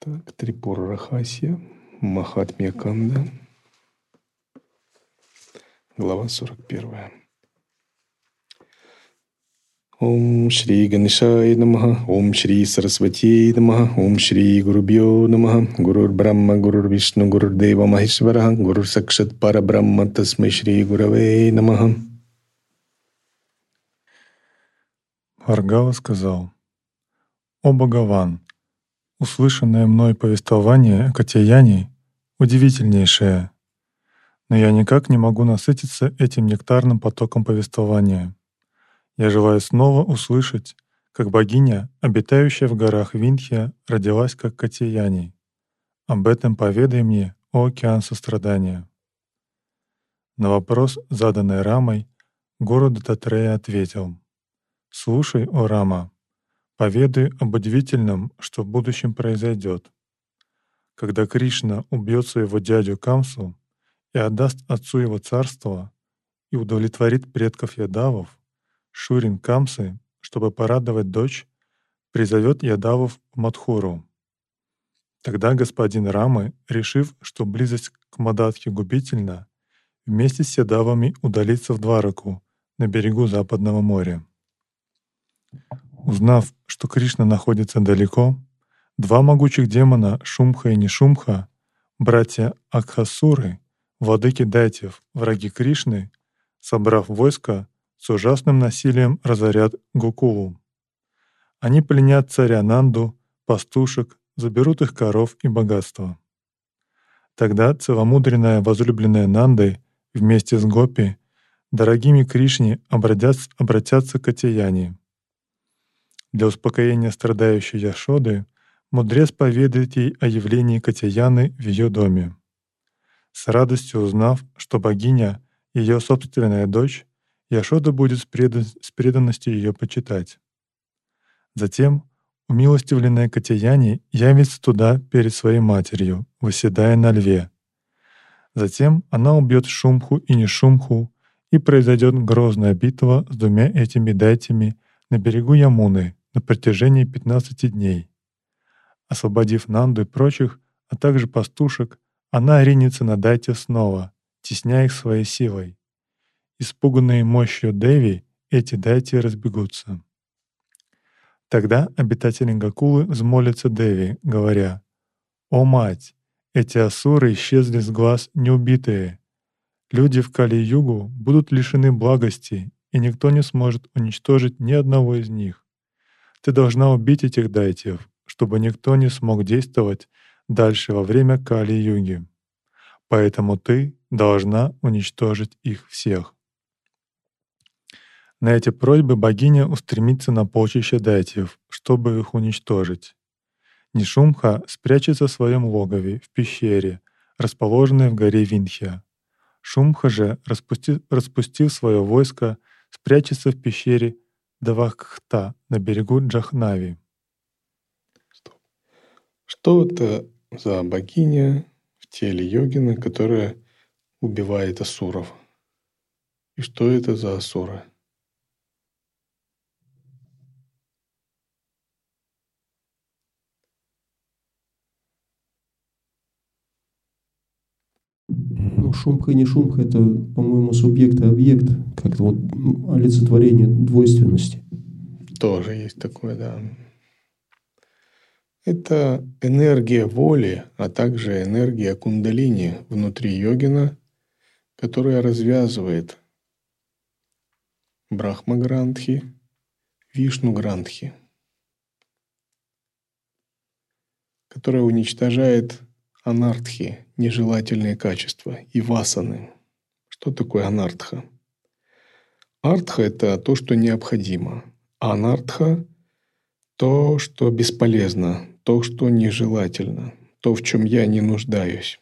Так, Трипура Рахасья, Махатмья Канда, глава 41. Ом Шри Ганешай Намаха, Ом Шри Сарасвати Намаха, Ом Шри Гурубьё Намаха, Гурур Брахма, Гурур Вишну, Гурур Дева Махешвараха, Гурур Сакшат Парабрахма, Тасмай Шри Гуравей Намаха. Бхаргава сказал: «О Бхагаван, услышанное мной повествование о Катяяне удивительнейшее, но я никак не могу насытиться этим нектарным потоком повествования. Я желаю снова услышать, как богиня, обитающая в горах Виндхья, родилась как Катяяни. Об этом поведай мне, о океан сострадания». На вопрос, заданный Рамой, гуру Даттатрея ответил: «Слушай, о Рама, поведай об удивительном, что в будущем произойдет. Когда Кришна убьет своего дядю Камсу и отдаст отцу его царство и удовлетворит предков Ядавов, Шурин Камсы, чтобы порадовать дочь, призовет Ядавов в Мадхуру. Тогда господин Рамы, решив, что близость к Мадатхе губительна, вместе с Ядавами удалится в Двараку на берегу Западного моря. Узнав, что Кришна находится далеко, два могучих демона, Шумха и Нишумха, братья Акхасуры, владыки дайтев, враги Кришны, собрав войско, с ужасным насилием разорят Гокулу. Они пленят царя Нанду, пастушек, заберут их коров и богатство. Тогда целомудренная возлюбленная Нандой вместе с Гопи, дорогими Кришне, обратятся к Катяяне. Для успокоения страдающей Яшоды мудрец поведает ей о явлении Катяяны в ее доме. С радостью узнав, что богиня — ее собственная дочь, Яшода будет с преданностью ее почитать. Затем умилостивленная Катяяни явится туда перед своей матерью, восседая на льве. Затем она убьет Шумху и Нишумху, и произойдет грозная битва с двумя этими дайтями на берегу Ямуны на протяжении 15 дней. Освободив Нанду и прочих, а также пастушек, она ринется на дайтев снова, тесня их своей силой. Испуганные мощью Деви, эти дайти разбегутся. Тогда обитатели Гокулы взмолятся Деви, говоря: «О мать, эти асуры исчезли с глаз неубитые. Люди в Кали-югу будут лишены благости, и никто не сможет уничтожить ни одного из них. Ты должна убить этих дайтев, чтобы никто не смог действовать дальше во время Кали-юги. Поэтому ты должна уничтожить их всех». На эти просьбы богиня устремится на полчища дайтев, чтобы их уничтожить. Нишумха спрячется в своем логове, в пещере, расположенной в горе Виндхья. Шумха же, распустив свое войско, спрячется в пещере Давакхта на берегу Джахнави. Что это за богиня в теле йогина, которая убивает асуров? И что это за асуры? Шумха и не шумха — это, по-моему, субъект и объект, как-то вот олицетворение двойственности. Тоже есть такое, да. Это энергия воли, а также энергия кундалини внутри йогина, которая развязывает Брахма-грантхи, Вишну-грантхи, которая уничтожает анартхи, нежелательные качества, и васаны. Что такое анартха? Артха — это то, что необходимо, а анартха — то, что бесполезно, то, что нежелательно, то, в чем я не нуждаюсь.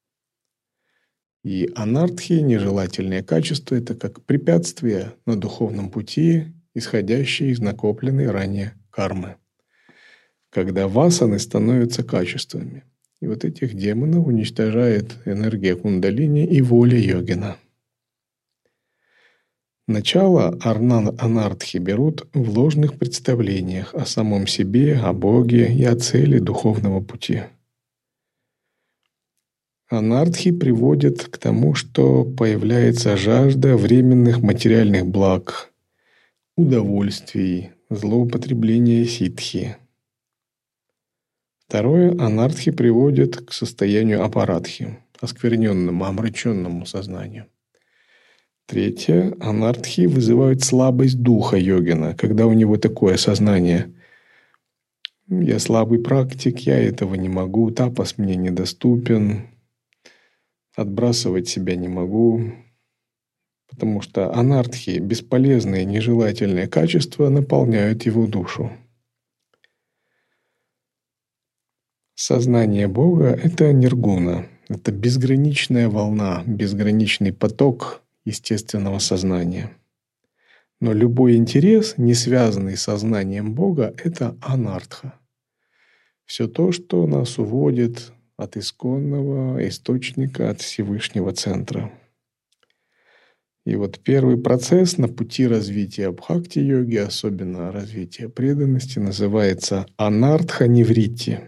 И анартхи, нежелательные качества — это как препятствия на духовном пути, исходящие из накопленной ранее кармы, когда васаны становятся качествами. И вот этих демонов уничтожает энергия кундалини и воля йогина. Начало анартхи берут в ложных представлениях о самом себе, о Боге и о цели духовного пути. Анартхи приводит к тому, что появляется жажда временных материальных благ, удовольствий, злоупотребления ситхи. Второе, анартхи приводит к состоянию апарадхи, оскверненному, омраченному сознанию. Третье, анартхи вызывают слабость духа йогина, когда у него такое сознание. Я слабый практик, я этого не могу, тапас мне недоступен, отбрасывать себя не могу, потому что анартхи, бесполезные, нежелательные качества наполняют его душу. Сознание Бога – это ниргуна, это безграничная волна, безграничный поток естественного сознания. Но любой интерес, не связанный с сознанием Бога, это анартха. Все то, что нас уводит от исконного источника, от Всевышнего центра. И вот первый процесс на пути развития бхакти-йоги, особенно развития преданности, называется анартха-нивритти.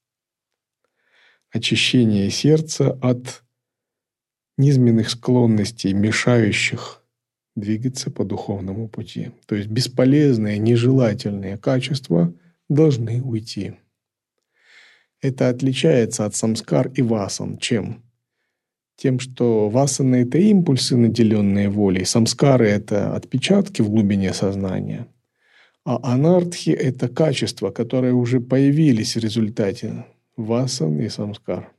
Очищение сердца от низменных склонностей, мешающих двигаться по духовному пути. То есть бесполезные, нежелательные качества должны уйти. Это отличается от самскар и васан. Чем? Тем, что васаны – это импульсы, наделенные волей, самскары – это отпечатки в глубине сознания, а анартхи – это качества, которые уже появились в результате васан и самскар.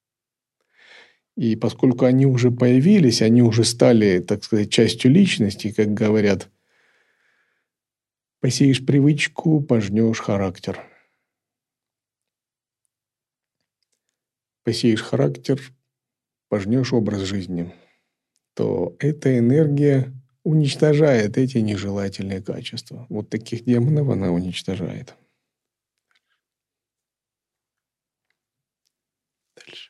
И поскольку они уже появились, они уже стали, так сказать, частью личности, как говорят, посеешь привычку, пожнешь характер. Посеешь характер, пожнешь образ жизни, то эта энергия уничтожает эти нежелательные качества. Вот таких демонов она уничтожает. Дальше.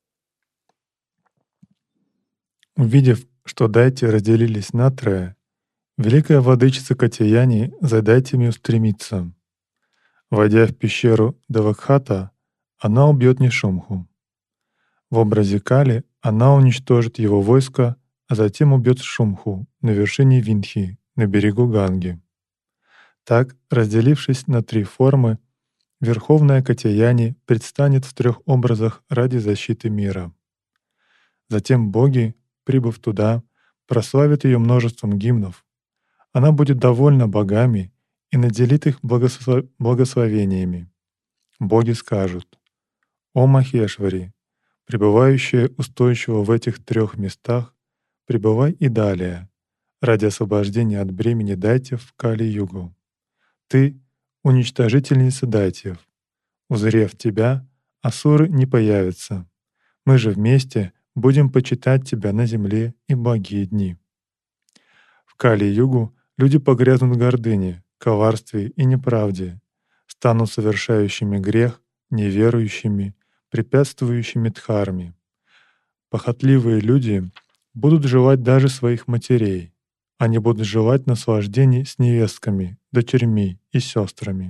Увидев, что дайти разделились на трое, великая владычица Катьяяни за дайтями устремится. Войдя в пещеру Девакхата, она убьет Нишумху. В образе Кали она уничтожит его войско, а затем убьет Шумху на вершине Виндхи, на берегу Ганги. Так, разделившись на три формы, Верховная Катьяяни предстанет в трех образах ради защиты мира. Затем боги, прибыв туда, прославят ее множеством гимнов. Она будет довольна богами и наделит их благословениями. Боги скажут: «О Махешвари, пребывающая устойчиво в этих трех местах, пребывай и далее, ради освобождения от бремени дайтев в Кали-югу. Ты — уничтожительница дайтев. Узрев тебя, асуры не появятся. Мы же вместе будем почитать тебя на земле и благие дни». В Кали-югу люди погрязнут в гордыне, коварстве и неправде, станут совершающими грех, неверующими, препятствующими дхарме. Похотливые люди будут желать даже своих матерей. Они будут желать наслаждений с невестками, дочерьми и сестрами.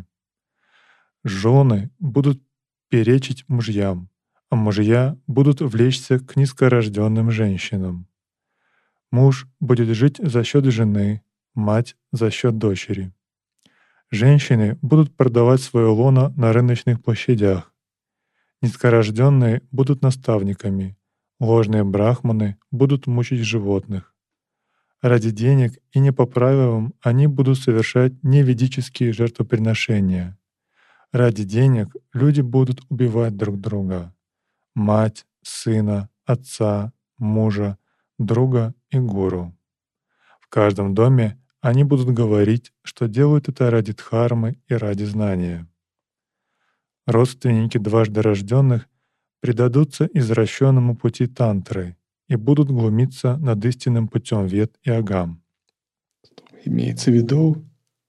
Жены будут перечить мужьям, а мужья будут влечься к низкорожденным женщинам. Муж будет жить за счет жены, мать за счет дочери. Женщины будут продавать свое лоно на рыночных площадях. Низкорожденные будут наставниками, ложные брахманы будут мучить животных. Ради денег и не по правилам они будут совершать неведические жертвоприношения. Ради денег люди будут убивать друг друга: мать, сына, отца, мужа, друга и гуру. В каждом доме они будут говорить, что делают это ради дхармы и ради знания. Родственники дважды рожденных предадутся извращенному пути тантры и будут глумиться над истинным путем вед и агам. Имеется в виду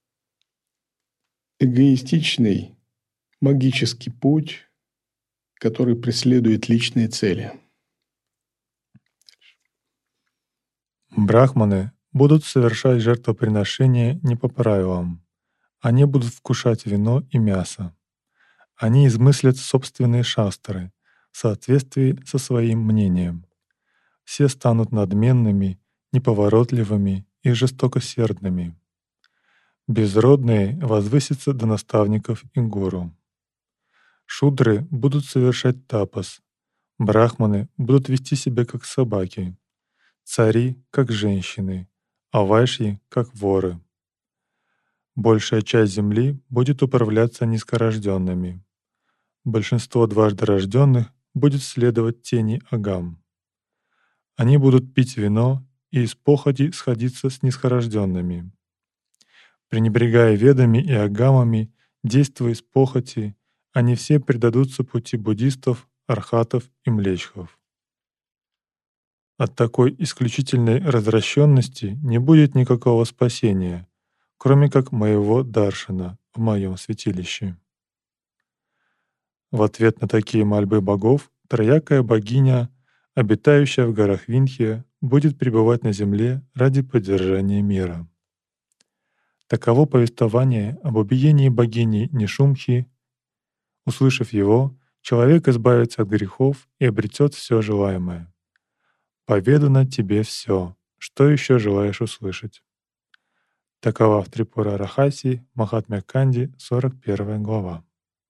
эгоистичный магический путь, который преследует личные цели. Брахманы будут совершать жертвоприношения не по правилам. Они будут вкушать вино и мясо. Они измыслят собственные шастры в соответствии со своим мнением. Все станут надменными, неповоротливыми и жестокосердными. Безродные возвысятся до наставников и гуру. Шудры будут совершать тапас. Брахманы будут вести себя как собаки. Цари — как женщины, а вайшьи — как воры. Большая часть земли будет управляться низкорожденными. Большинство дважды рожденных будет следовать тени Агам. Они будут пить вино и из похоти сходиться с низкорожденными. Пренебрегая ведами и агамами, действуя из похоти, они все предадутся пути буддистов, архатов и млечхов. От такой исключительной развращенности не будет никакого спасения, кроме как моего даршана в моем святилище. В ответ на такие мольбы богов троякая богиня, обитающая в горах Виндхья, будет пребывать на земле ради поддержания мира. Таково повествование об убиении богини Нишумхи. Услышав его, человек избавится от грехов и обретет все желаемое. Поведано тебе все, что еще желаешь услышать. Такова в Трипура Рахаси, Махатмя Канди, 41 глава.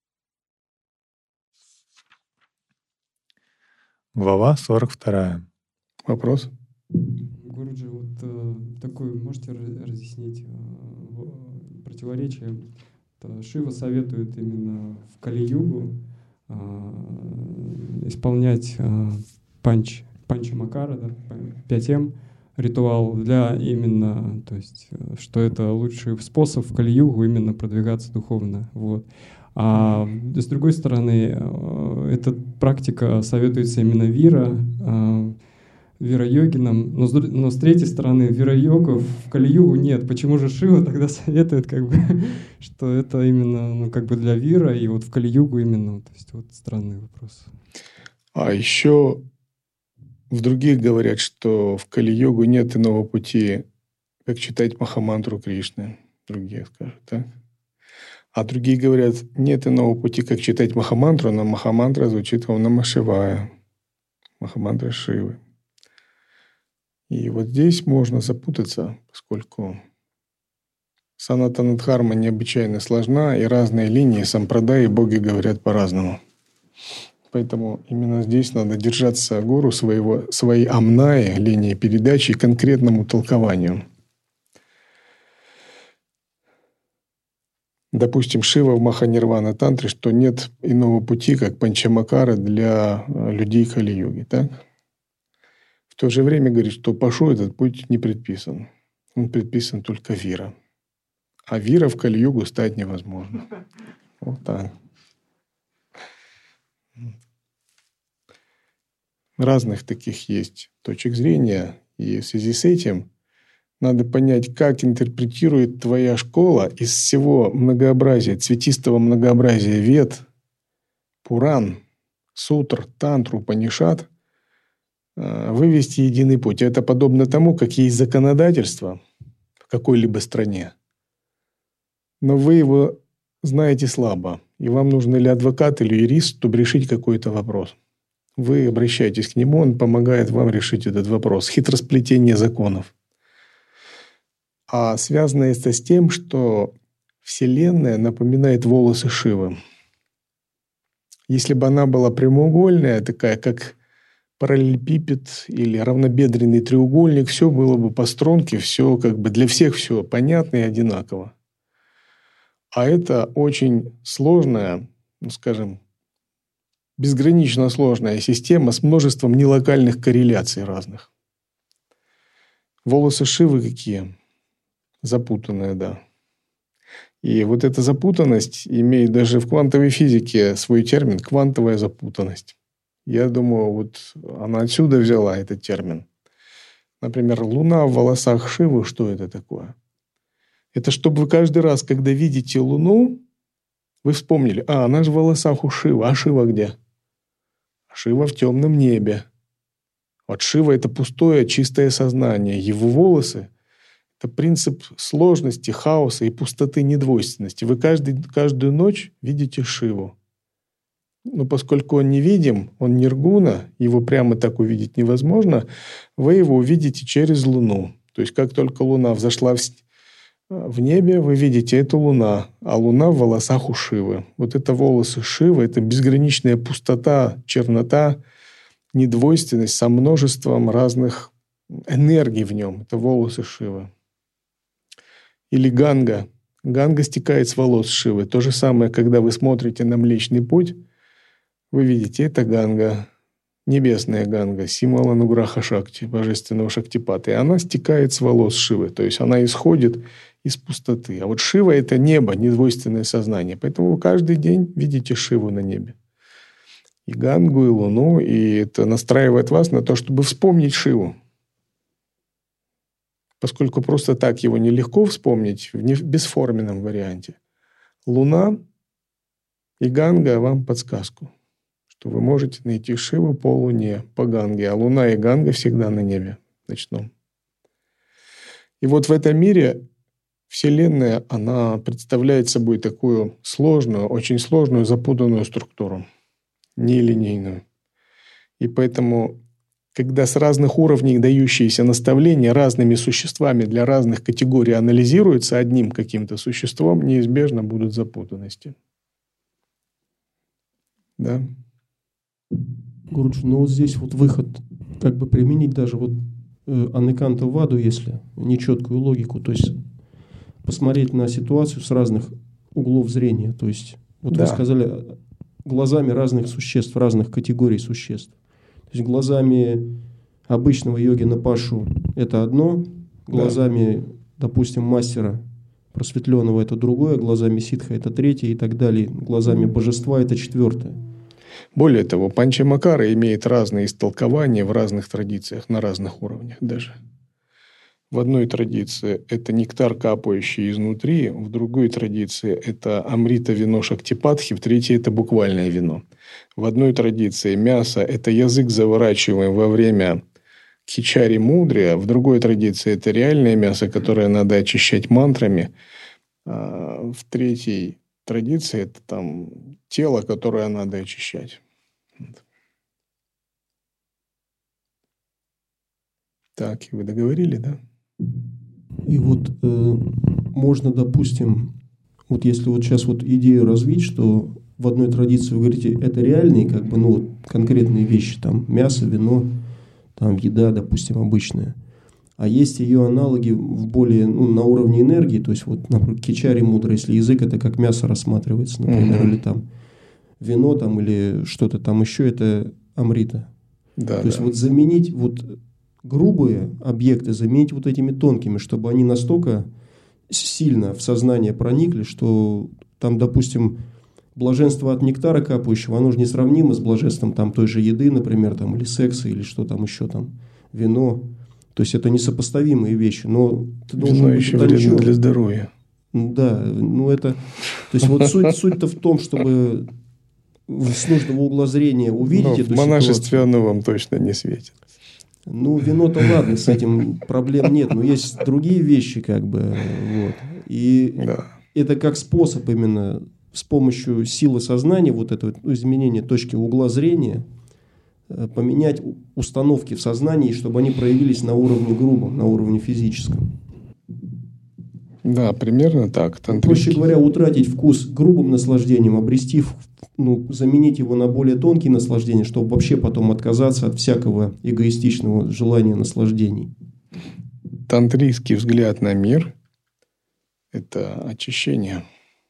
Глава 42. Вопрос? Гуруджи, вот такое можете разъяснить противоречие? Шива советует именно в Кали-югу исполнять панчамакара, да, 5М, ритуал для именно, то есть, что это лучший способ в Кали-югу именно продвигаться духовно. Вот. А с другой стороны, эта практика советуется именно вира-йогинам, но с третьей стороны, вира-йогов в Кали-югу нет. Почему же Шива тогда советует, что это именно для вира, и вот в Кали-югу именно? То есть вот странный вопрос. А еще в других говорят, что в Кали-йогу нет иного пути, как читать Махамантру Кришны. Другие скажут, так? А другие говорят, нет иного пути, как читать Махамантру, но Махамантра звучит Ом Нама Шивая. Махамантра Шивы. И вот здесь можно запутаться, поскольку Санатана Дхарма необычайно сложна, и разные линии сампрадаи боги говорят по-разному. Поэтому именно здесь надо держаться гуру своей амнаи, линии передачи, конкретному толкованию. Допустим, Шива в Маханирвана Тантре, что нет иного пути, как панчамакара для людей Кали-юги. Так? В то же время говорит, что Пашу этот путь не предписан. Он предписан только вира. А вира в Кали-югу стать невозможно. Вот так. Разных таких есть точек зрения. И в связи с этим надо понять, как интерпретирует твоя школа из всего многообразия, цветистого многообразия вед, Пуран, Сутр, Тантру, Упанишад, вывести единый путь. Это подобно тому, как есть законодательство в какой-либо стране, но вы его знаете слабо, и вам нужен или адвокат, или юрист, чтобы решить какой-то вопрос. Вы обращаетесь к нему, он помогает вам решить этот вопрос. Хитросплетение законов. А связано это с тем, что Вселенная напоминает волосы Шивы. Если бы она была прямоугольная, такая как параллелепипед или равнобедренный треугольник, все было бы по струнке, все для всех все понятно и одинаково. А это очень сложная, безгранично сложная система с множеством нелокальных корреляций разных. Волосы Шивы какие? Запутанная, да. И вот эта запутанность имеет даже в квантовой физике свой термин – квантовая запутанность. Я думаю, вот она отсюда взяла этот термин. Например, Луна в волосах Шивы, что это такое? Это чтобы вы каждый раз, когда видите Луну, вы вспомнили, она же в волосах у Шивы. А Шива где? Шива в темном небе. Вот Шива – это пустое, чистое сознание. Его волосы Это принцип сложности, хаоса и пустоты недвойственности. Вы каждую ночь видите Шиву. Но поскольку он невидим, он ниргуна, его прямо так увидеть невозможно, вы его увидите через Луну. То есть как только Луна взошла в небе, вы видите, это Луна, а Луна в волосах у Шивы. Вот это волосы Шивы, это безграничная пустота, чернота, недвойственность со множеством разных энергий в нем. Это волосы Шивы. Или Ганга. Ганга стекает с волос Шивы. То же самое, когда вы смотрите на Млечный Путь, вы видите, это Ганга, небесная Ганга, символ Ануграха Шакти, божественного Шактипата. И она стекает с волос Шивы, то есть она исходит из пустоты. А вот Шива – это небо, недвойственное сознание. Поэтому вы каждый день видите Шиву на небе. И Гангу, и Луну, и это настраивает вас на то, чтобы вспомнить Шиву. Поскольку просто так его нелегко вспомнить в бесформенном варианте. Луна и Ганга вам подсказку, что вы можете найти Шиву по Луне, по Ганге, а Луна и Ганга всегда на небе ночном. И вот в этом мире Вселенная, она представляет собой такую сложную, очень сложную, запутанную структуру, нелинейную. И поэтому, когда с разных уровней дающиеся наставления разными существами для разных категорий анализируются одним каким-то существом, неизбежно будут запутанности. Да? Гуруджи, ну вот здесь вот выход, как бы применить даже вот анеканта ваду, если нечеткую логику, то есть посмотреть на ситуацию с разных углов зрения. То есть, вот да. Вы сказали, глазами разных существ, разных категорий существ. То есть глазами обычного йогина Пашу это одно, глазами, допустим, мастера просветленного это другое, глазами ситха это третье и так далее, глазами божества это четвертое. Более того, Панчамакара имеет разные истолкования в разных традициях, на разных уровнях даже. В одной традиции это нектар, капающий изнутри, в другой традиции это амрита вино Шактипатхи, в третьей это буквальное вино. В одной традиции мясо – это язык, заворачиваемый во время кхичари мудрия, в другой традиции это реальное мясо, которое надо очищать мантрами, а в третьей традиции это там тело, которое надо очищать. Так, и вы договорили, да? И вот можно, допустим, вот если вот сейчас вот идею развить, что в одной традиции вы говорите, это реальные как бы, ну, конкретные вещи, там мясо, вино, там еда, допустим, обычная. А есть ее аналоги в более, ну, на уровне энергии, то есть вот, например, кичари мудро, если язык это как мясо рассматривается, например, или там вино там или что-то там еще, это амрита. Да, то есть вот заменить вот грубые объекты, заменить вот этими тонкими, чтобы они настолько сильно в сознание проникли, что там, допустим, блаженство от нектара капающего, оно же несравнимо с блаженством там той же еды, например, там, или секса, или что там еще там, вино. То есть это несопоставимые вещи, но ты должен вино быть еще вредно для здоровья. Да, ну это... То есть вот суть-то в том, чтобы с нужного угла зрения увидеть эту в монашестве ситуацию. оно вам точно не светит. Ну, вино-то ладно, с этим проблем нет, но есть другие вещи, как бы, вот. И это как способ именно с помощью силы сознания, вот этого изменения точки угла зрения, поменять установки в сознании, чтобы они проявились на уровне грубом, на уровне физическом. Да, примерно так. Проще говоря, утратить вкус грубым наслаждением, обрести, заменить его на более тонкие наслаждения, чтобы вообще потом отказаться от всякого эгоистичного желания наслаждений. Тантрийский взгляд на мир – это очищение.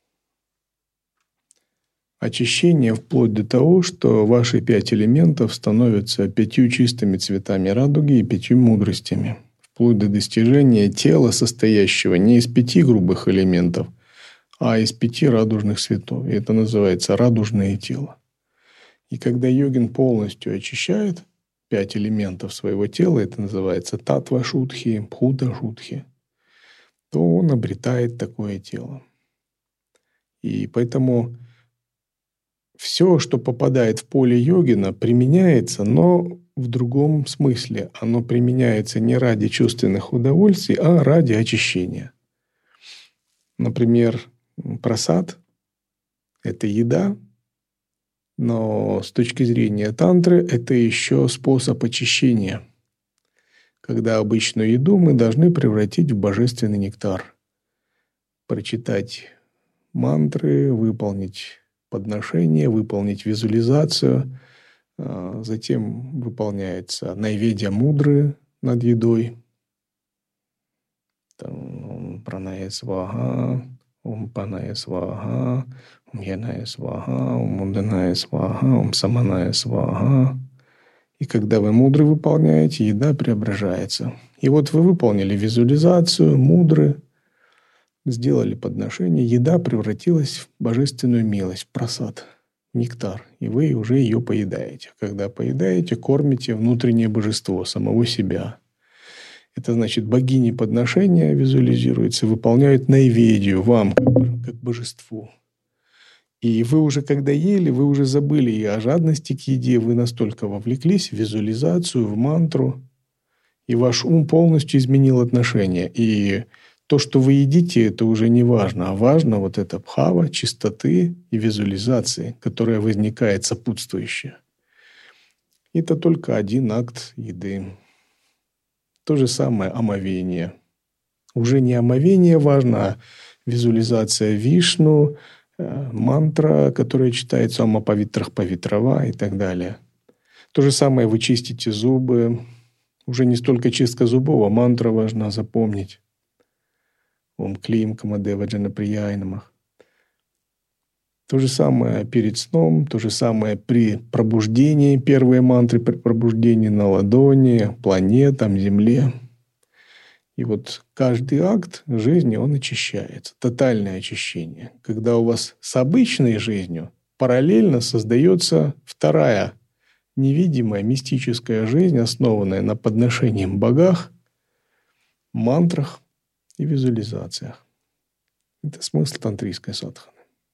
Очищение вплоть до того, что ваши 5 элементов становятся 5 чистыми цветами радуги и 5 мудростями. Вплоть до достижения тела, состоящего не из 5 грубых элементов, а из 5 радужных цветов. И это называется радужное тело. И когда йогин полностью очищает 5 элементов своего тела, это называется татва-шудхи, бхута-шудхи, то он обретает такое тело. И поэтому все, что попадает в поле йогина, применяется, но в другом смысле. Оно применяется не ради чувственных удовольствий, а ради очищения. Например, прасад – это еда, но с точки зрения тантры это еще способ очищения, когда обычную еду мы должны превратить в божественный нектар, прочитать мантры, выполнить подношение, выполнить визуализацию. Затем выполняется найведья мудры над едой. Там праная сваха, паная сваха, яная сваха, муданая сваха, саманая сваха. И когда вы мудры выполняете, еда преображается. И вот вы выполнили визуализацию, мудры, сделали подношение, еда превратилась в божественную милость, в прасад, в нектар. И вы уже ее поедаете. Когда поедаете, кормите внутреннее божество, самого себя. Это значит, богини подношения визуализируются, выполняют найведию вам, как божеству. И вы уже, когда ели, вы уже забыли и о жадности к еде, вы настолько вовлеклись в визуализацию, в мантру, и ваш ум полностью изменил отношение. И то, что вы едите, это уже не важно, а важно вот эта бхава, чистоты и визуализации, которая возникает сопутствующая. Это только один акт еды. То же самое омовение. Уже не омовение важно, а визуализация Вишну, мантра, которая читается Ама Павитрах Павитрава и так далее. То же самое вы чистите зубы. Уже не столько чистка зубов, а мантра важна запомнить. Ом Клим Камадева Джанаприяй Намах. То же самое перед сном, то же самое при пробуждении. Первые мантры при пробуждении на ладони, планетам, Земле. И вот каждый акт жизни, он очищается. Тотальное очищение. Когда у вас с обычной жизнью параллельно создается вторая невидимая мистическая жизнь, основанная на подношении богах, мантрах и визуализациях. Это смысл тантрийской садханы.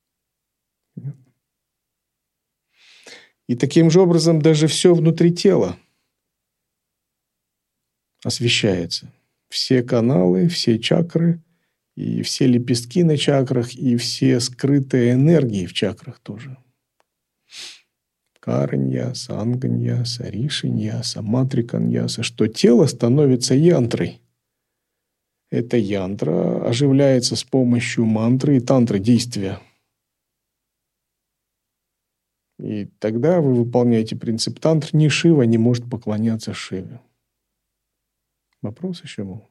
И таким же образом даже все внутри тела освещается. Все каналы, все чакры, и все лепестки на чакрах, и все скрытые энергии в чакрах тоже. Караньяса, анганьяса, ришиньяса, матриканьяса, что тело становится янтрой. Эта янтра оживляется с помощью мантры и тантры действия. И тогда вы выполняете принцип тантр. Ни Шива не может поклоняться Шиве. Вопрос еще был?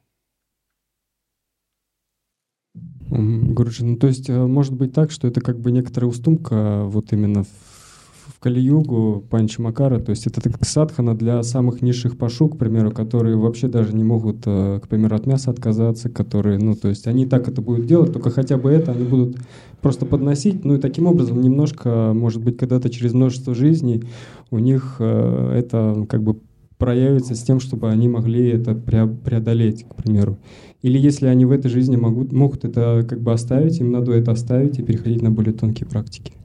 Гуруджи, ну то есть может быть так, что это как бы некоторая уступка вот именно в Кали-югу Панчамакара, то есть это как садхана для самых низших пашу, к примеру, которые вообще даже не могут, к примеру, от мяса отказаться, которые, ну то есть они так это будут делать, только хотя бы это они будут просто подносить, ну и таким образом немножко, может быть, когда-то через множество жизней у них это как бы проявится с тем, чтобы они могли это преодолеть, к примеру. Или если они в этой жизни могут это как бы оставить, им надо это оставить и переходить на более тонкие практики.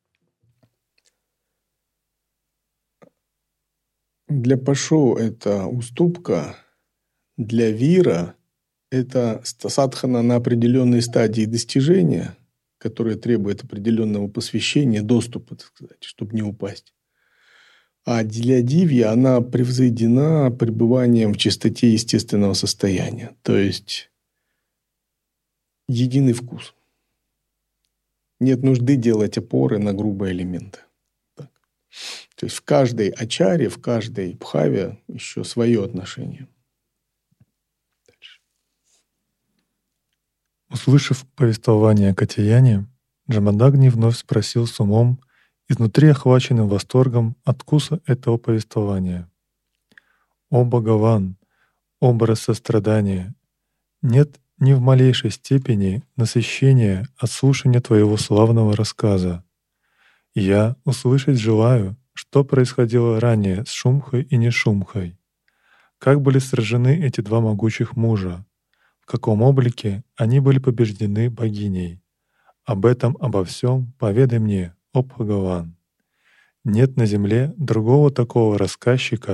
Для пашу это уступка, для вира это садхана на определенной стадии достижения, которая требует определенного посвящения, доступа, так сказать, чтобы не упасть. А для дивья она превзойдена пребыванием в чистоте естественного состояния. То есть единый вкус. Нет нужды делать опоры на грубые элементы. Так. То есть в каждой ачаре, в каждой бхаве еще свое отношение. Дальше. Услышав повествование о Катяяне, Джамадагни вновь спросил с умом, изнутри охваченным восторгом от вкуса этого повествования. «О Бхагаван, образ сострадания, нет ни в малейшей степени насыщения от слушания Твоего славного рассказа. Я услышать желаю, что происходило ранее с Шумхой и Нишумхой. Как были сражены эти два могучих мужа, в каком облике они были побеждены богиней. Об этом, обо всем поведай мне, о Бхагаван. Нет на земле другого такого рассказчика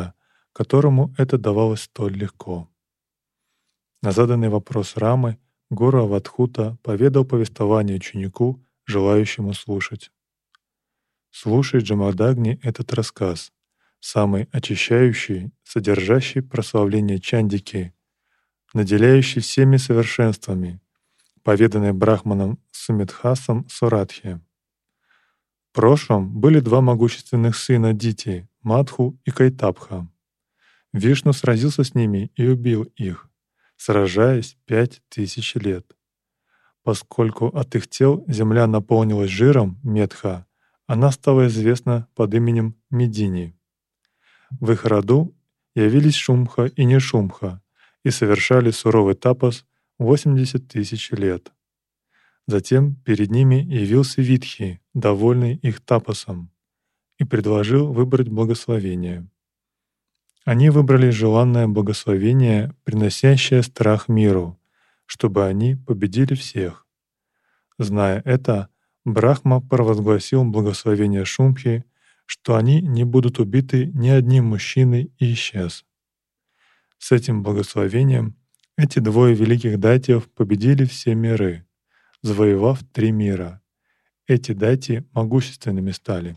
которому это давалось столь легко. На заданный вопрос Рамы гуру Авадхута поведал повествование ученику, желающему слушать. Слушай, Джамадагни, этот рассказ, самый очищающий, содержащий прославление Чандики, наделяющий всеми совершенствами, поведанный Брахманом Сумитхасом Сурадхи. В прошлом были два могущественных сына Дити, Мадху и Кайтабха. Вишну сразился с ними и убил их, сражаясь 5000 лет. Поскольку от их тел земля наполнилась жиром Медха, она стала известна под именем Медини. В их роду явились Шумха и Нишумха и совершали суровый тапас 80 000 лет. Затем перед ними явился Витхи, довольный их тапасом, и предложил выбрать благословение. Они выбрали желанное благословение, приносящее страх миру, чтобы они победили всех. Зная это, Брахма провозгласил благословение Шумхи, что они не будут убиты ни одним мужчиной, и исчез. С этим благословением эти двое великих дайтьев победили все миры, завоевав 3 мира. Эти дайти могущественными стали.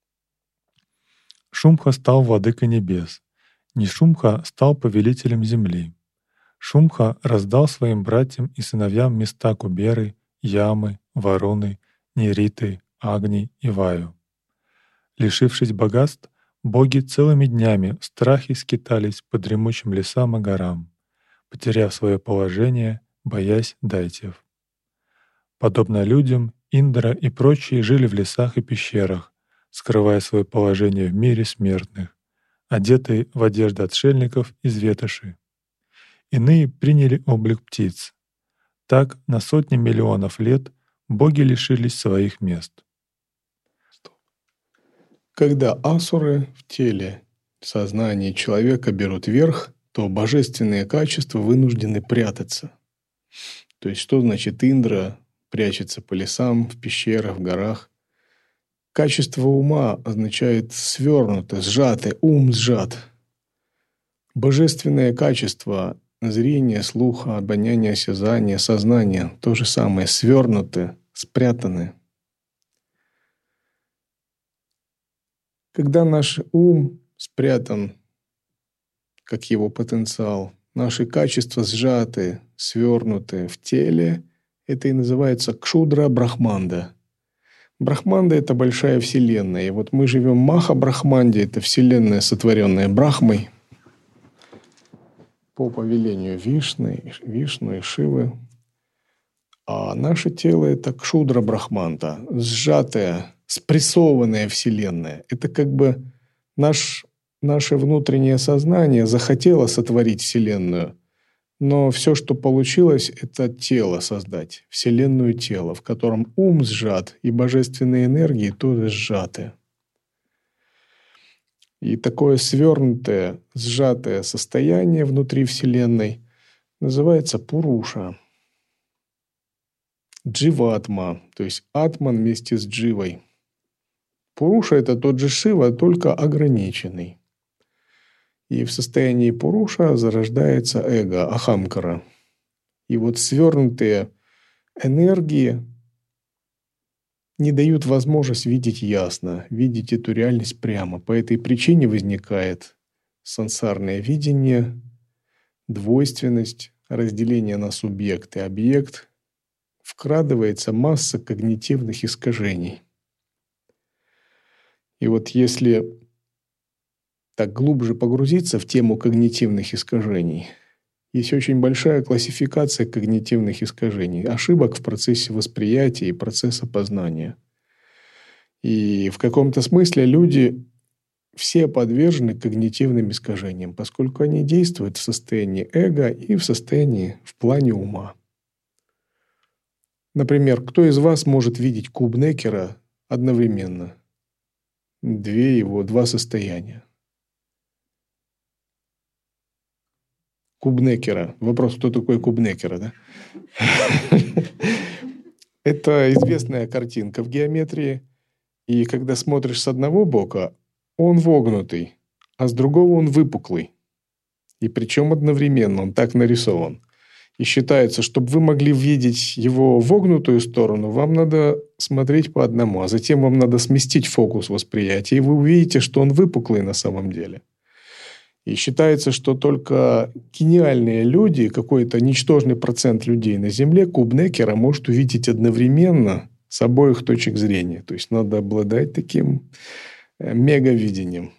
Шумха стал владыкой небес. Нишумха стал повелителем земли. Шумха раздал своим братьям и сыновьям места Куберы, Ямы, Варуны, Нериты, Агни и Ваю. Лишившись богатств, боги целыми днями в страхе скитались по дремучим лесам и горам, потеряв свое положение, боясь дайтьев. Подобно людям, Индра и прочие жили в лесах и пещерах, скрывая свое положение в мире смертных, одетые в одежды отшельников из ветоши. Иные приняли облик птиц. Так на сотни миллионов лет боги лишились своих мест. Когда асуры в теле, сознании человека берут верх, то божественные качества вынуждены прятаться. То есть что значит Индра прячется по лесам, в пещерах, в горах? Качество ума означает свернуто, сжатое, ум сжат. Божественное качество зрение, слуха, обоняние, осязание, сознание — то же самое, свернуты, спрятаны. Когда наш ум спрятан, как его потенциал, наши качества сжаты, свернуты в теле, это и называется кшудра брахманда. Брахманда — это большая вселенная. И вот мы живем в Маха-Брахманде, это вселенная, сотворенная Брахмой, по повелению Вишну и Шивы. А наше тело — это кшудра брахманда, сжатая, спрессованная вселенная. Это как бы наше внутреннее сознание захотело сотворить вселенную, но все, что получилось, это тело создать, вселенную тело, в котором ум сжат и божественные энергии тоже сжаты. И такое свернутое, сжатое состояние внутри Вселенной называется Пуруша. Дживатма, то есть Атман вместе с Дживой. Пуруша — это тот же Шива, только ограниченный. И в состоянии Пуруша зарождается эго, ахамкара. И вот свернутые энергии не дают возможность видеть ясно, видеть эту реальность прямо. По этой причине возникает сансарное видение, двойственность, разделение на субъект и объект, вкрадывается масса когнитивных искажений. И вот если так глубже погрузиться в тему когнитивных искажений, есть очень большая классификация когнитивных искажений, ошибок в процессе восприятия и процесса познания. И в каком-то смысле люди все подвержены когнитивным искажениям, поскольку они действуют в состоянии эго и в плане ума. Например, кто из вас может видеть куб Некера одновременно? Два состояния. Куб Некера. Вопрос, кто такой куб Некера, да? Это известная картинка в геометрии. И когда смотришь с одного бока, он вогнутый, а с другого он выпуклый. И причем одновременно он так нарисован. И считается, чтобы вы могли видеть его вогнутую сторону, вам надо смотреть по одному, а затем вам надо сместить фокус восприятия, и вы увидите, что он выпуклый на самом деле. И считается, что только гениальные люди, какой-то ничтожный процент людей на Земле, куб Неккера может увидеть одновременно с обоих точек зрения. То есть надо обладать таким мегавидением.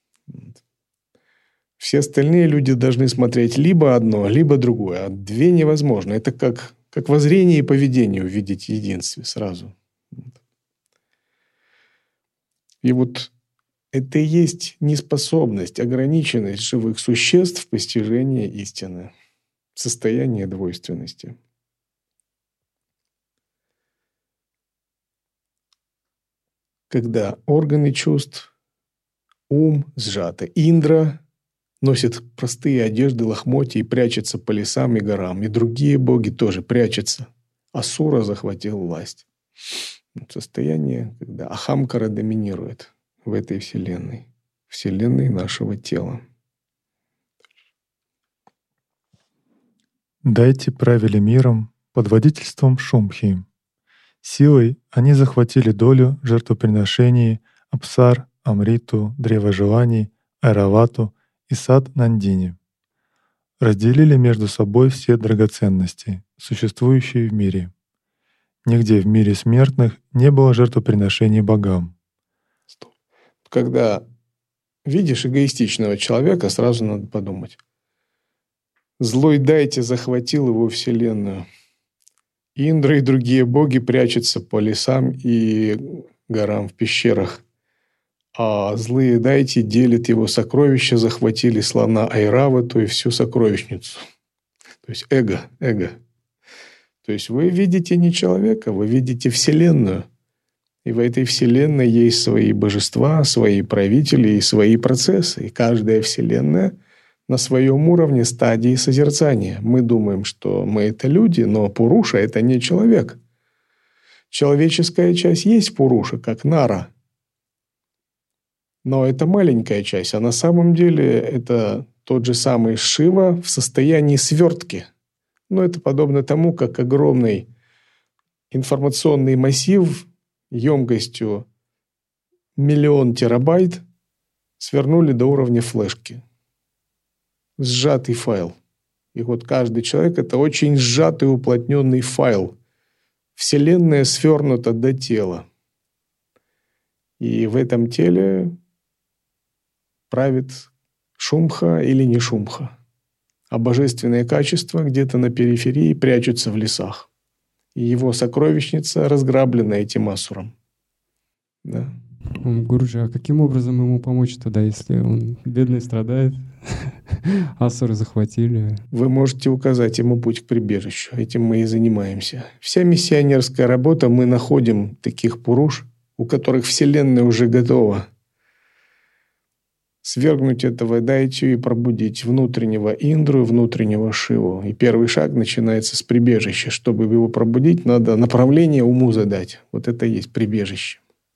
Все остальные люди должны смотреть либо одно, либо другое. А две невозможно. Это как во зрении и поведении увидеть в единстве сразу. И вот это и есть неспособность, ограниченность живых существ в постижении истины. Состояние двойственности. Когда органы чувств, ум сжаты. Индра носит простые одежды, лохмотья и прячется по лесам и горам. И другие боги тоже прячутся. Асура захватил власть. Состояние, когда Ахамкара доминирует в этой вселенной. Вселенной нашего тела. Дайте правили миром под водительством Шумхи. Силой они захватили долю жертвоприношений Апсар, Амриту, Древо желаний, Айравату и сад Нандини. Разделили между собой все драгоценности, существующие в мире. Нигде в мире смертных не было жертвоприношений богам. Когда видишь эгоистичного человека, сразу надо подумать. Злой Дайте захватил его вселенную. Индра и другие боги прячутся по лесам и горам в пещерах. А злые Дайте делят его сокровища, захватили слона Айравату и всю сокровищницу. То есть эго. То есть вы видите не человека, вы видите вселенную. И в этой вселенной есть свои божества, свои правители и свои процессы. И каждая вселенная на своем уровне стадии созерцания. Мы думаем, что мы это люди, но Пуруша – это не человек. Человеческая часть есть Пуруша, как Нара. Но это маленькая часть, а на самом деле это тот же самый Шива в состоянии свертки. Но это подобно тому, как огромный информационный массив емкостью 1 000 000 терабайт свернули до уровня флешки. Сжатый файл. И вот каждый человек – это очень сжатый уплотненный файл. Вселенная свернута до тела. И в этом теле правит Шумха или не Шумха. А божественные качества где-то на периферии прячутся в лесах. И его сокровищница разграблена этим асуром. Да. Гуруджи, а каким образом ему помочь тогда, если он бедный страдает? Асуры захватили. Вы можете указать ему путь к прибежищу. Этим мы и занимаемся. Вся миссионерская работа, мы находим таких пуруш, у которых вселенная уже готова. Свергнуть этого Дайтю и пробудить внутреннего Индру, внутреннего Шиву. И первый шаг начинается с прибежища. Чтобы его пробудить, надо направление уму задать. Вот это и есть прибежище.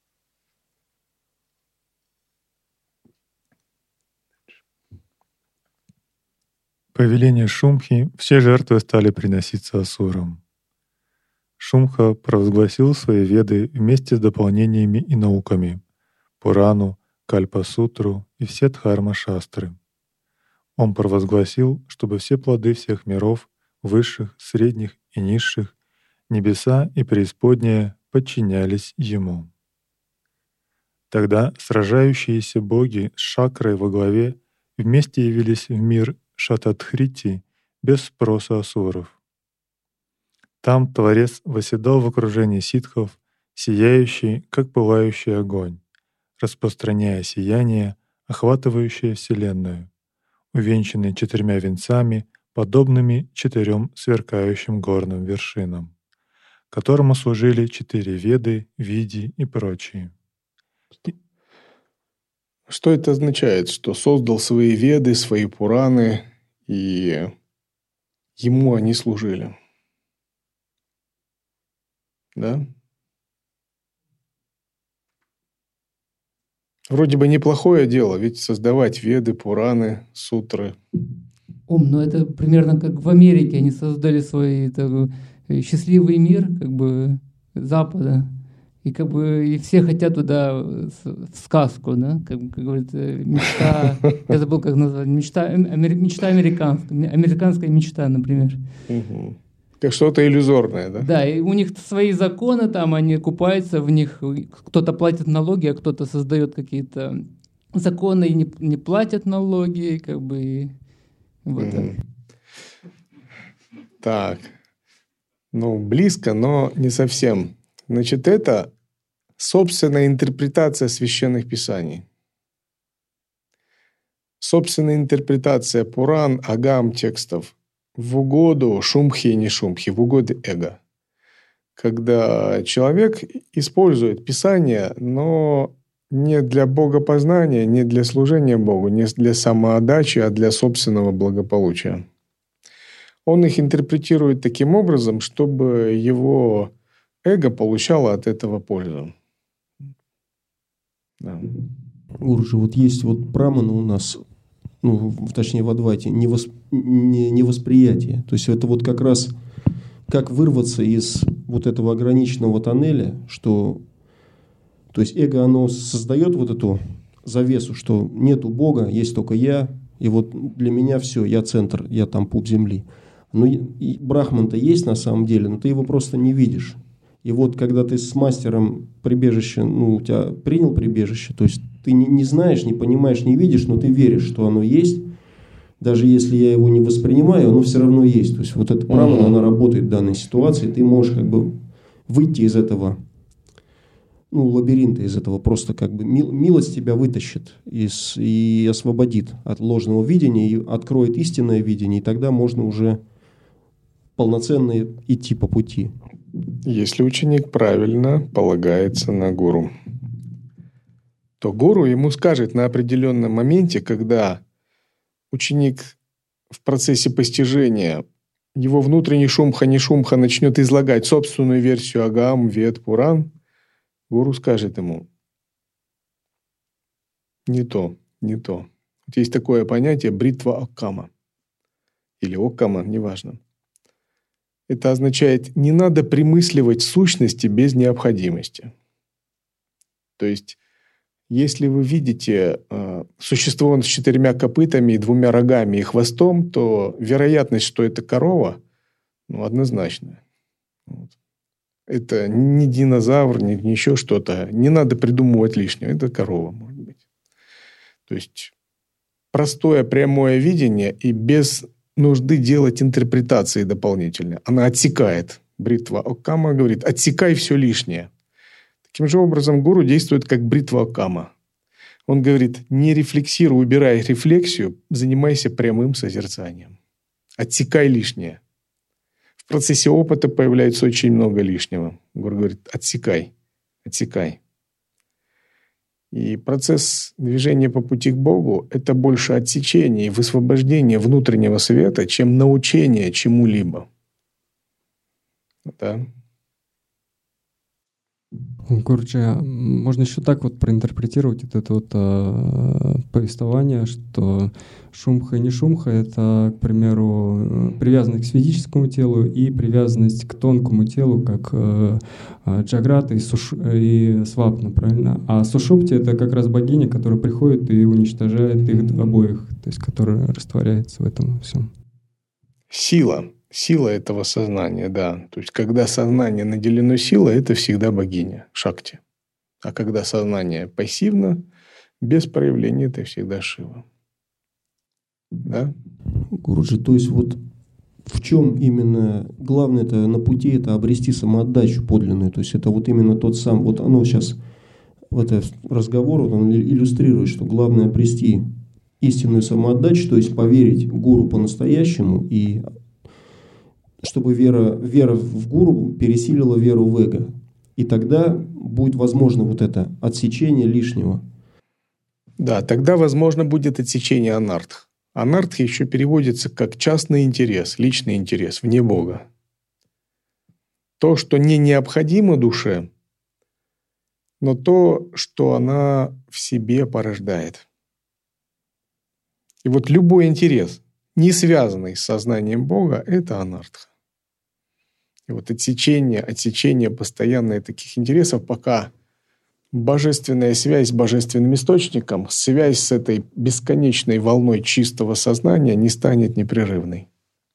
По велению Шумхи все жертвы стали приноситься асурам. Шумха провозгласил свои веды вместе с дополнениями и науками — Пурану, Кальпа-сутру и все Дхарма-шастры. Он провозгласил, чтобы все плоды всех миров, высших, средних и низших, небеса и преисподняя подчинялись ему. Тогда сражающиеся боги с шакрой во главе вместе явились в мир Шатадхрити без спроса асуров. Там Творец восседал в окружении ситхов, сияющий, как пылающий огонь, распространяя сияние, охватывающее Вселенную, увенчанный 4 венцами, подобными 4 сверкающим горным вершинам, которому служили 4 веды, види и прочие. Что это означает? Что создал свои веды, свои пураны, и ему они служили. Да? Вроде бы неплохое дело, ведь создавать Веды, Пураны, сутры. Ну это примерно как в Америке они создали свой такой счастливый мир, как бы Запада. И как бы и все хотят туда в сказку, да, как говорится, мечта, я забыл, как назвать, мечта американская, американская мечта, например. Угу. Как что-то иллюзорное, да? Да, и у них свои законы там, они купаются в них, кто-то платит налоги, а кто-то создает какие-то законы и не платят налоги, как бы, вот так. Так, близко, но не совсем. Значит, это собственная интерпретация священных писаний. Собственная интерпретация Пуран, Агам текстов в угоду шумхи и не шумхи, в угоду эго. Когда человек использует Писание, но не для богопознания, не для служения Богу, не для самоотдачи, а для собственного благополучия. Он их интерпретирует таким образом, чтобы его эго получало от этого пользу. Да. Гурджи, вот есть вот прамана у нас, точнее в Адвайте, невосприятие. То есть это вот как раз как вырваться из вот этого ограниченного тоннеля, что, то есть эго, оно создает вот эту завесу, что нету Бога, есть только я, и вот для меня все, я центр, я там пуп земли. Но и Брахман-то есть на самом деле, но ты его просто не видишь. И вот когда ты с мастером прибежище, у тебя принял прибежище, то есть ты не знаешь, не понимаешь, не видишь, но ты веришь, что оно есть. Даже если я его не воспринимаю, оно все равно есть. То есть вот эта прамана, она работает в данной ситуации. Ты можешь как бы выйти из этого, лабиринта, из этого просто как бы милость тебя вытащит и освободит от ложного видения, и откроет истинное видение, и тогда можно уже полноценно идти по пути. Если ученик правильно полагается на гуру, то гуру ему скажет на определенном моменте, когда ученик в процессе постижения, его внутренний шумха-не-шумха начнет излагать собственную версию Агам, Вед, Пуран, гуру скажет ему: не то, не то. Вот есть такое понятие бритва Оккама. Или Оккама, неважно. Это означает, не надо примысливать сущности без необходимости. То есть, если вы видите существо с 4 копытами, 2 рогами и хвостом, то вероятность, что это корова, однозначная. Вот. Это не динозавр, не еще что-то. Не надо придумывать лишнего. Это корова, может быть. То есть, простое прямое видение и без нужды делать интерпретации дополнительные. Она отсекает. Бритва Оккама говорит: отсекай все лишнее. Таким же образом гуру действует как бритва Оккама. Он говорит: не рефлексируй, убирай рефлексию, занимайся прямым созерцанием. Отсекай лишнее. В процессе опыта появляется очень много лишнего. Гуру говорит: отсекай, отсекай. И процесс движения по пути к Богу – это больше отсечение и высвобождение внутреннего света, чем научение чему-либо. Да. Гурджи, можно еще так вот проинтерпретировать это повествование, что шумха и не шумха — это, к примеру, привязанность к физическому телу и привязанность к тонкому телу, как Джаграта и Свапна, правильно? А Сушупти — это как раз богиня, которая приходит и уничтожает их обоих, то есть которая растворяется в этом всем. Сила этого сознания, да. То есть, когда сознание наделено силой, это всегда богиня, Шакти. А когда сознание пассивно, без проявления, это всегда Шива. Да? Гуруджи, то есть вот в чем именно главное это на пути, это обрести самоотдачу подлинную. То есть это вот именно тот сам, вот оно сейчас, в этот разговор, вот он иллюстрирует, что главное обрести истинную самоотдачу, то есть поверить гуру по-настоящему, и чтобы вера в гуру пересилила веру в эго. И тогда будет возможно вот это отсечение лишнего. Да, тогда возможно будет отсечение анартх. Анартх еще переводится как частный интерес, личный интерес, вне Бога. То, что не необходимо душе, но то, что она в себе порождает. И вот любой интерес, не связанный с сознанием Бога, это анартха. И вот отсечение постоянное таких интересов, пока божественная связь с божественным источником, связь с этой бесконечной волной чистого сознания не станет непрерывной.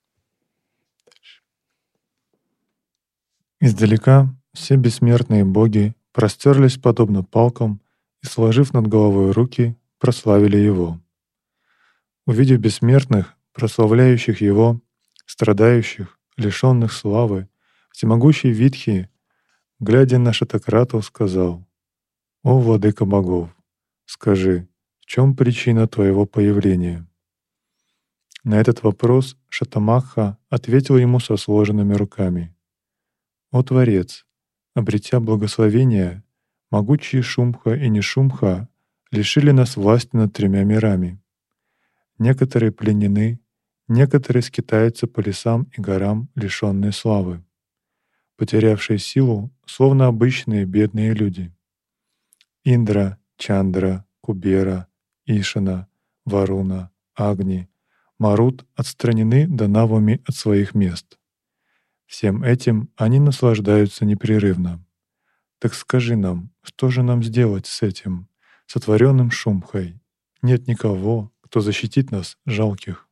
Издалека все бессмертные боги простерлись подобно палкам и, сложив над головой руки, прославили Его. Увидев бессмертных, прославляющих Его, страдающих, лишенных славы, всемогущий Витхи, глядя на Шатакрату, сказал: «О, владыка богов, скажи, в чем причина твоего появления?» На этот вопрос Шатамакха ответил ему со сложенными руками: «О Творец, обретя благословение, могучие Шумха и Нишумха лишили нас власти над 3 мирами. Некоторые пленены, некоторые скитаются по лесам и горам, лишенные славы, потерявшие силу, словно обычные бедные люди. Индра, Чандра, Кубера, Ишана, Варуна, Агни, Марут отстранены данавами от своих мест. Всем этим они наслаждаются непрерывно. Так скажи нам, что же нам сделать с этим, сотворенным Шумхой? Нет никого, кто защитит нас, жалких».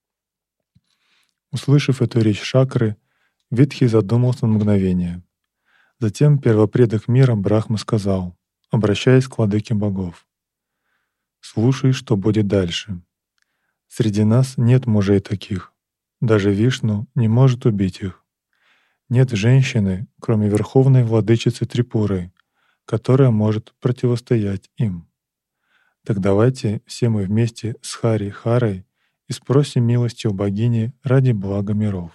Услышав эту речь Шакры, Витхи задумался на мгновение. Затем первопредок мира Брахма сказал, обращаясь к владыке богов: «Слушай, что будет дальше. Среди нас нет мужей таких. Даже Вишну не может убить их. Нет женщины, кроме верховной владычицы Трипуры, которая может противостоять им. Так давайте все мы вместе с Хари-Харой и спросим милости у богини ради блага миров».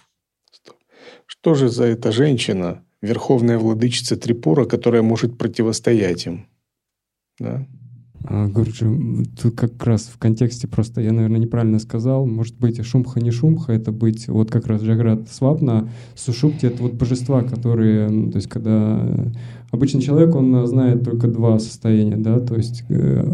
Что же за эта женщина, верховная владычица Трипура, которая может противостоять им? Да? Гуруджи, тут как раз в контексте просто я, наверное, неправильно сказал. Может быть, и Шумха не Шумха, это быть вот как раз Джаграт Свапна. Сушупти — это вот божества, которые, то есть когда обычный человек, он знает только 2 состояния, да, то есть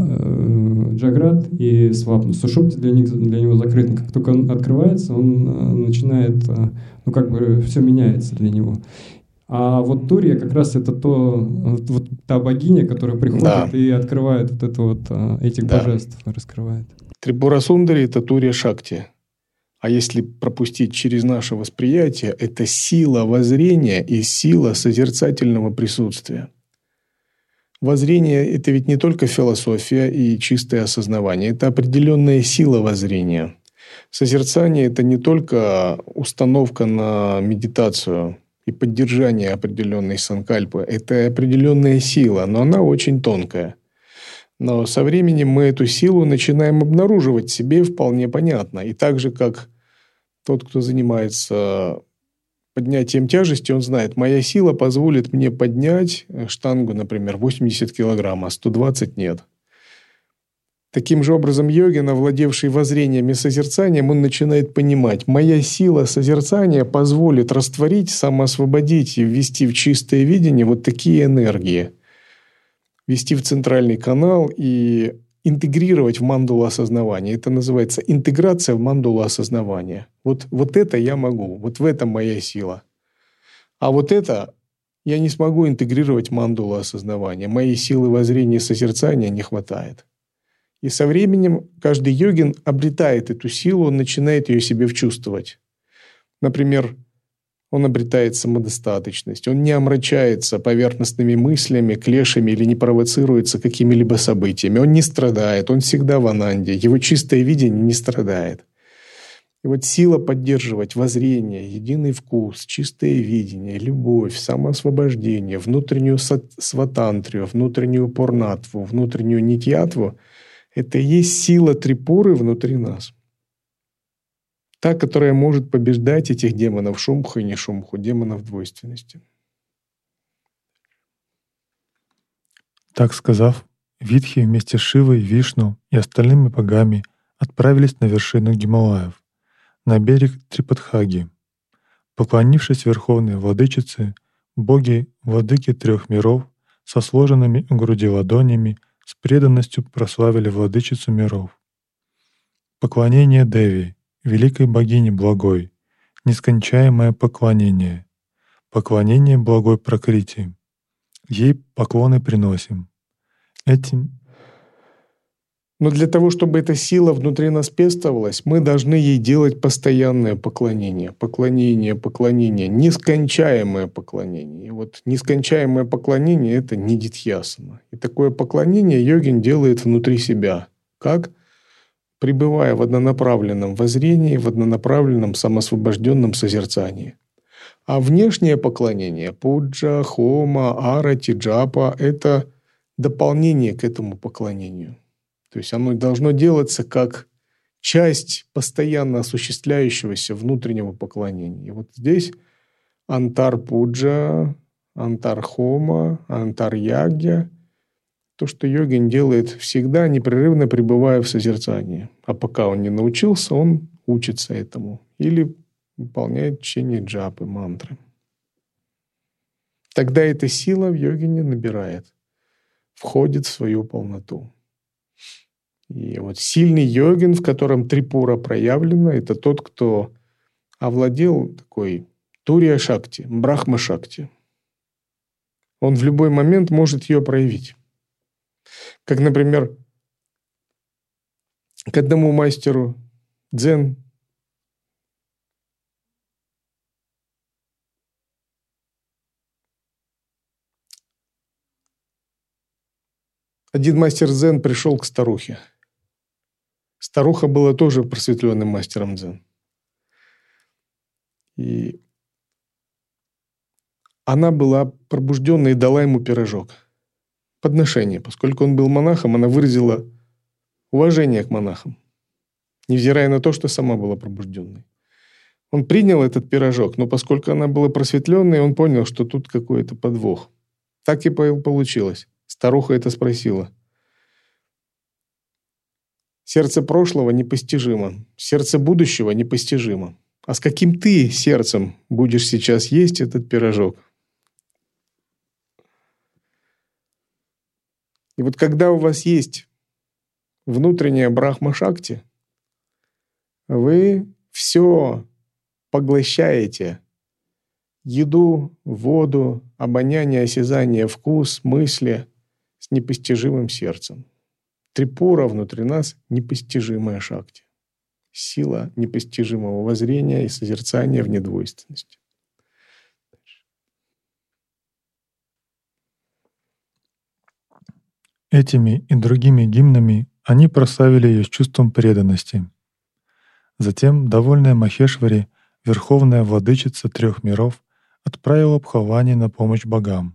Джаграт и Свапна. Сушупти для него закрыт. Как только он открывается, он начинает, ну как бы все меняется для него. А вот Турия как раз это вот та богиня, которая приходит и открывает вот это вот этих божеств, раскрывает. Трипура Сундари — это Турия Шакти. А если пропустить через наше восприятие, это сила воззрения и сила созерцательного присутствия. Воззрение — это ведь не только философия и чистое осознавание, это определенная сила воззрения. Созерцание — это не только установка на медитацию и поддержание определенной санкальпы. Это определенная сила, но она очень тонкая. Но со временем мы эту силу начинаем обнаруживать в себе вполне понятно. И так же, как тот, кто занимается поднятием тяжести, он знает, моя сила позволит мне поднять штангу, например, 80 килограмм, а 120 нет. Таким же образом йогин, овладевший воззрением и созерцанием, он начинает понимать, моя сила созерцания позволит растворить, самоосвободить и ввести в чистое видение вот такие энергии. Ввести в центральный канал и интегрировать в мандалу осознавания. Это называется интеграция в мандалу осознавания. Вот это я могу, вот в этом моя сила. А вот это я не смогу интегрировать в мандалу осознавания. Моей силы воззрения и созерцания не хватает. И со временем каждый йогин обретает эту силу, он начинает ее себе вчувствовать. Например, он обретает самодостаточность, он не омрачается поверхностными мыслями, клешами или не провоцируется какими-либо событиями, он не страдает, он всегда в ананде, его чистое видение не страдает. И вот сила поддерживать воззрение, единый вкус, чистое видение, любовь, самоосвобождение, внутреннюю сватантрию, внутреннюю пурнатву, внутреннюю нитьятву — это и есть сила Трипуры внутри нас. Та, которая может побеждать этих демонов Шумху и не Шумху, демонов двойственности. Так сказав, Витхи вместе с Шивой, Вишну и остальными богами отправились на вершину Гималаев, на берег Трипадхаги. Поклонившись верховной владычице, боги, владыки 3 миров, со сложенными у груди ладонями, с преданностью прославили владычицу миров. Поклонение Деви, великой богине благой, нескончаемое поклонение, поклонение благой Пракрити. Ей поклоны приносим. Но для того, чтобы эта сила внутри нас пестовалась, мы должны ей делать постоянное поклонение. Поклонение, поклонение, нескончаемое поклонение. И вот нескончаемое поклонение – это нидитьясана. И такое поклонение йогин делает внутри себя. Как? Пребывая в однонаправленном воззрении, в однонаправленном самосвобожденном созерцании. А внешнее поклонение – пуджа, хома, арати, джапа – это дополнение к этому поклонению. То есть оно должно делаться как часть постоянно осуществляющегося внутреннего поклонения. И вот здесь антар-пуджа, антар-хома, антар-ягья – то, что йогин делает всегда, непрерывно пребывая в созерцании. А пока он не научился, он учится этому. Или выполняет чтение джапы, мантры. Тогда эта сила в йогине набирает, входит в свою полноту. И вот сильный йогин, в котором трипура проявлена, это тот, кто овладел такой турия-шакти, брахма-шакти. Он в любой момент может ее проявить. Как, например, к одному мастеру дзен один мастер дзен пришел к старухе. Старуха была тоже просветленным мастером дзен. И она была пробужденной и дала ему пирожок. Подношение. Поскольку он был монахом, она выразила уважение к монахам, невзирая на то, что сама была пробужденной. Он принял этот пирожок, но поскольку она была просветленной, он понял, что тут какой-то подвох. Так и получилось. Старуха это спросила. Сердце прошлого непостижимо, сердце будущего непостижимо. А с каким ты сердцем будешь сейчас есть этот пирожок? И вот когда у вас есть внутренняя брахма-шакти, вы все поглощаете. Еду, воду, обоняние, осязание, вкус, мысли с непостижимым сердцем. Трипура внутри нас – непостижимая шакти. Сила непостижимого воззрения и созерцания в недвойственности. Этими и другими гимнами они прославили ее с чувством преданности. Затем, довольная Махешвари, верховная владычица трех миров, отправила Бхавани на помощь богам.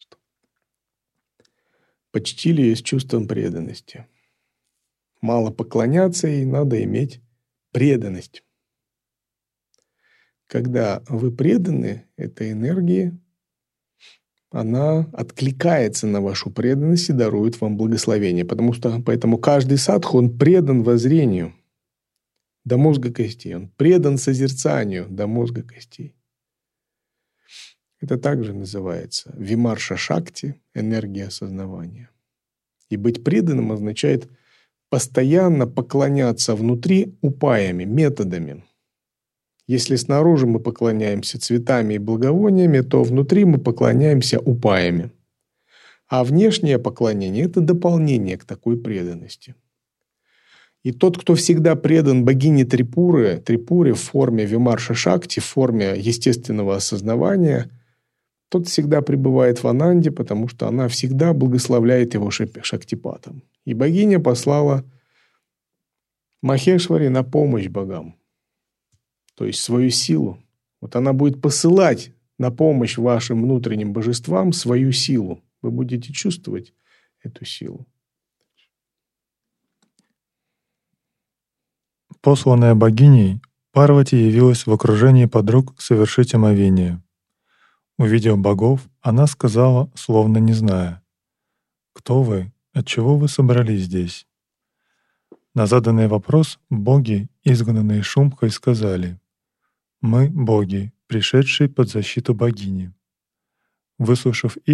Почтили ее с чувством преданности. Мало поклоняться ей, надо иметь преданность. Когда вы преданы этой энергии, она откликается на вашу преданность и дарует вам благословение. Поэтому каждый садху, он предан воззрению до мозга костей. Он предан созерцанию до мозга костей. Это также называется вимарша шакти, энергия осознавания. И быть преданным означает постоянно поклоняться внутри упаями, методами. Если снаружи мы поклоняемся цветами и благовониями, то внутри мы поклоняемся упаями. А внешнее поклонение – это дополнение к такой преданности. И тот, кто всегда предан богине Трипуре в форме вимарша шакти, в форме естественного осознавания, тот всегда пребывает в ананде, потому что она всегда благословляет его шактипатом. И богиня послала Махешвари на помощь богам, то есть свою силу. Вот она будет посылать на помощь вашим внутренним божествам свою силу. Вы будете чувствовать эту силу. Посланная богиней, Парвати явилась в окружении подруг совершить омовение. Увидев богов, она сказала, словно не зная: «Кто вы? Отчего вы собрались здесь?» На заданный вопрос боги, изгнанные Шумбхой, сказали: «Мы — боги, пришедшие под защиту богини». Выслушав их,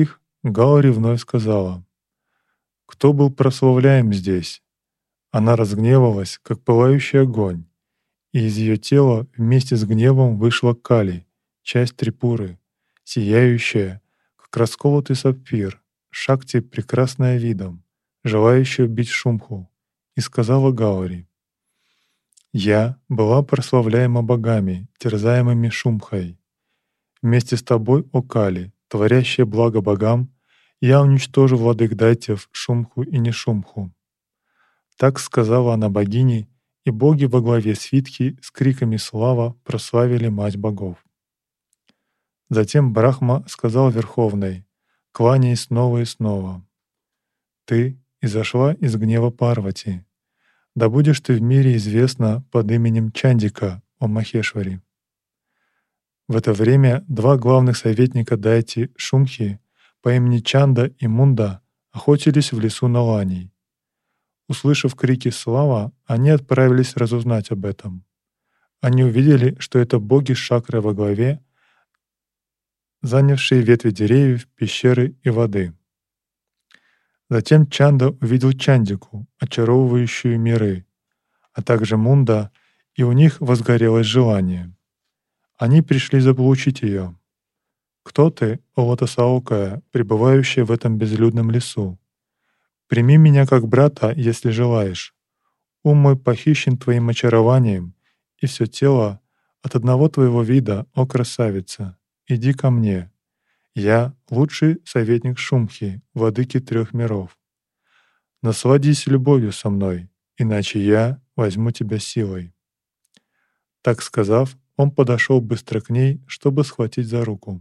Гаури вновь сказала: «Кто был прославляем здесь?» Она разгневалась, как пылающий огонь, и из ее тела вместе с гневом вышла Кали, часть Трипуры, сияющая, как расколотый сапфир, Шакти, прекрасная видом, желающая убить Шумху, и сказала Гаури: «Я была прославляема богами, терзаемыми Шумхой. Вместе с тобой, о Кали, творящая благо богам, я уничтожу владык дайтев Шумху и Нишумху». Так сказала она богине, и боги во главе свитхи с криками «Слава!» прославили мать богов. Затем Брахма сказал Верховной, кланяясь снова и снова: «Ты изошла из гнева Парвати. Да будешь ты в мире известна под именем Чандика, о Махешвари». В это время два главных советника Дайти Шумхи по имени Чанда и Мунда охотились в лесу на ланей. Услышав крики «Слава!», они отправились разузнать об этом. Они увидели, что это боги с шакрой во главе, занявшие ветви деревьев, пещеры и воды. Затем Чанда увидел Чандику, очаровывающую миры, а также Мунда, и у них возгорелось желание. Они пришли заполучить ее. «Кто ты, о лотосоокая, пребывающая в этом безлюдном лесу? Прими меня как брата, если желаешь. Ум мой похищен твоим очарованием, и все тело от одного твоего вида, о красавица. Иди ко мне. Я — лучший советник Шумхи, владыки 3 миров. Насладись любовью со мной, иначе я возьму тебя силой». Так сказав, он подошел быстро к ней, чтобы схватить за руку.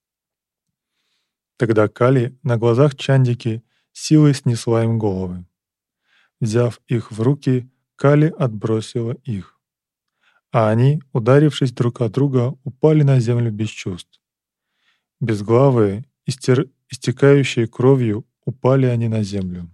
Тогда Кали на глазах Чандики силой снесла им головы. Взяв их в руки, Кали отбросила их. А они, ударившись друг от друга, упали на землю без чувств. Безглавые, истекающие кровью, упали они на землю.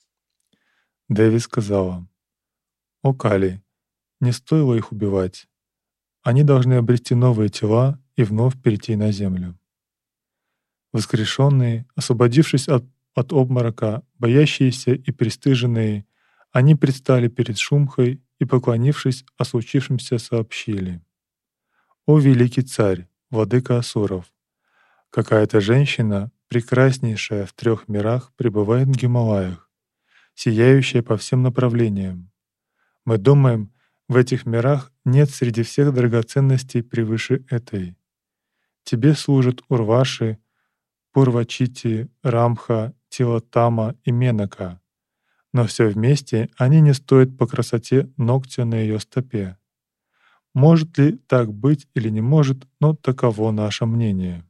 Деви сказала: «О Кали, не стоило их убивать. Они должны обрести новые тела и вновь перейти на землю». Воскрешенные, освободившись от обморока, боящиеся и пристыженные, они предстали перед Шумхой и, поклонившись, о случившемся сообщили: «О великий царь, владыка асуров! Какая-то женщина, прекраснейшая в 3 мирах, пребывает в Гималаях, сияющая по всем направлениям. Мы думаем, в этих мирах нет среди всех драгоценностей превыше этой. Тебе служат Урваши, Пурвачити, Рамха, Тилотама и Менака, но все вместе они не стоят по красоте ногтя на ее стопе. Может ли так быть или не может, но таково наше мнение.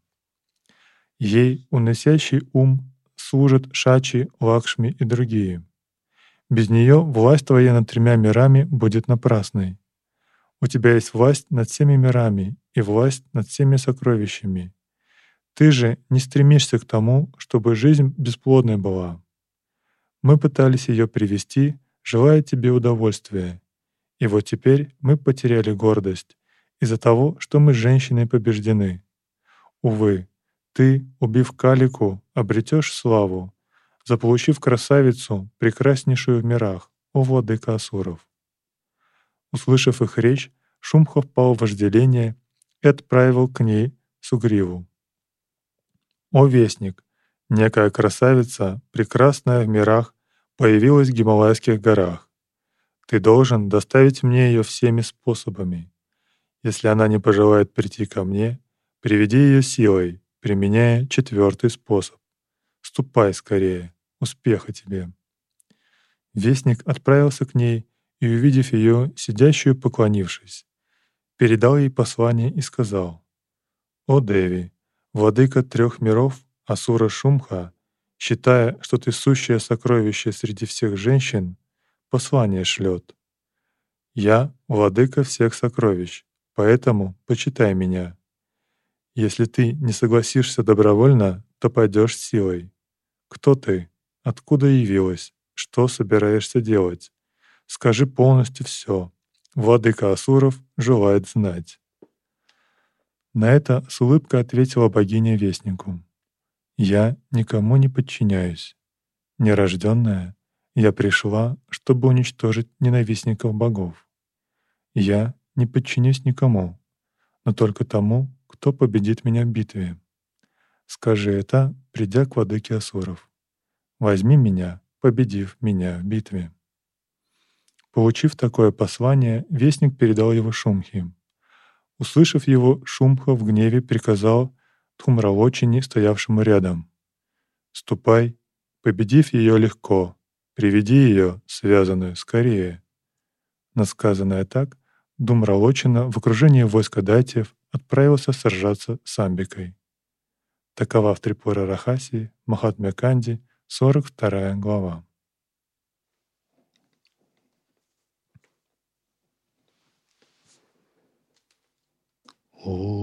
Ей, уносящий ум, служат Шачи, Лакшми и другие. Без нее власть твоя над 3 мирами будет напрасной. У тебя есть власть над всеми мирами и власть над всеми сокровищами. Ты же не стремишься к тому, чтобы жизнь бесплодной была. Мы пытались ее привести, желая тебе удовольствия. И вот теперь мы потеряли гордость из-за того, что мы с женщиной побеждены. Увы, ты, убив Калику, обретешь славу, заполучив красавицу, прекраснейшую в мирах, о владыка асуров». Услышав их речь, Шумха впал в вожделение и отправил к ней Сугриву: «О вестник, некая красавица, прекрасная в мирах, появилась в Гималайских горах. Ты должен доставить мне ее всеми способами. Если она не пожелает прийти ко мне, приведи ее силой, применяя 4-й способ. Ступай скорее, успеха тебе». Вестник отправился к ней и, увидев ее, сидящую поклонившись, передал ей послание и сказал: «О Деви, владыка 3 миров, Асура Шумха, считая, что ты сущее сокровище среди всех женщин, послание шлет. Я — владыка всех сокровищ, поэтому почитай меня. Если ты не согласишься добровольно, то пойдешь силой. Кто ты? Откуда явилась? Что собираешься делать? Скажи полностью все. Владыка асуров желает знать». На это с улыбкой ответила богиня вестнику: Я никому не подчиняюсь. Нерожденная, я пришла, чтобы уничтожить ненавистников богов. Я не подчинюсь никому, но только тому, кто победит меня в битве. Скажи это, придя к владыке асуров. Возьми меня, победив меня в битве. Получив такое послание, вестник передал его Шумхи. Услышав его, Шумха в гневе приказал Дхумралочине, стоявшему рядом: «Ступай, победив ее легко, приведи ее, связанную, скорее». На сказанное так, Думралочина в окружении войска датьев отправился сражаться с Амбикой. Такова в Трипура Рахаси, Махатмя Канди, 42 глава. О.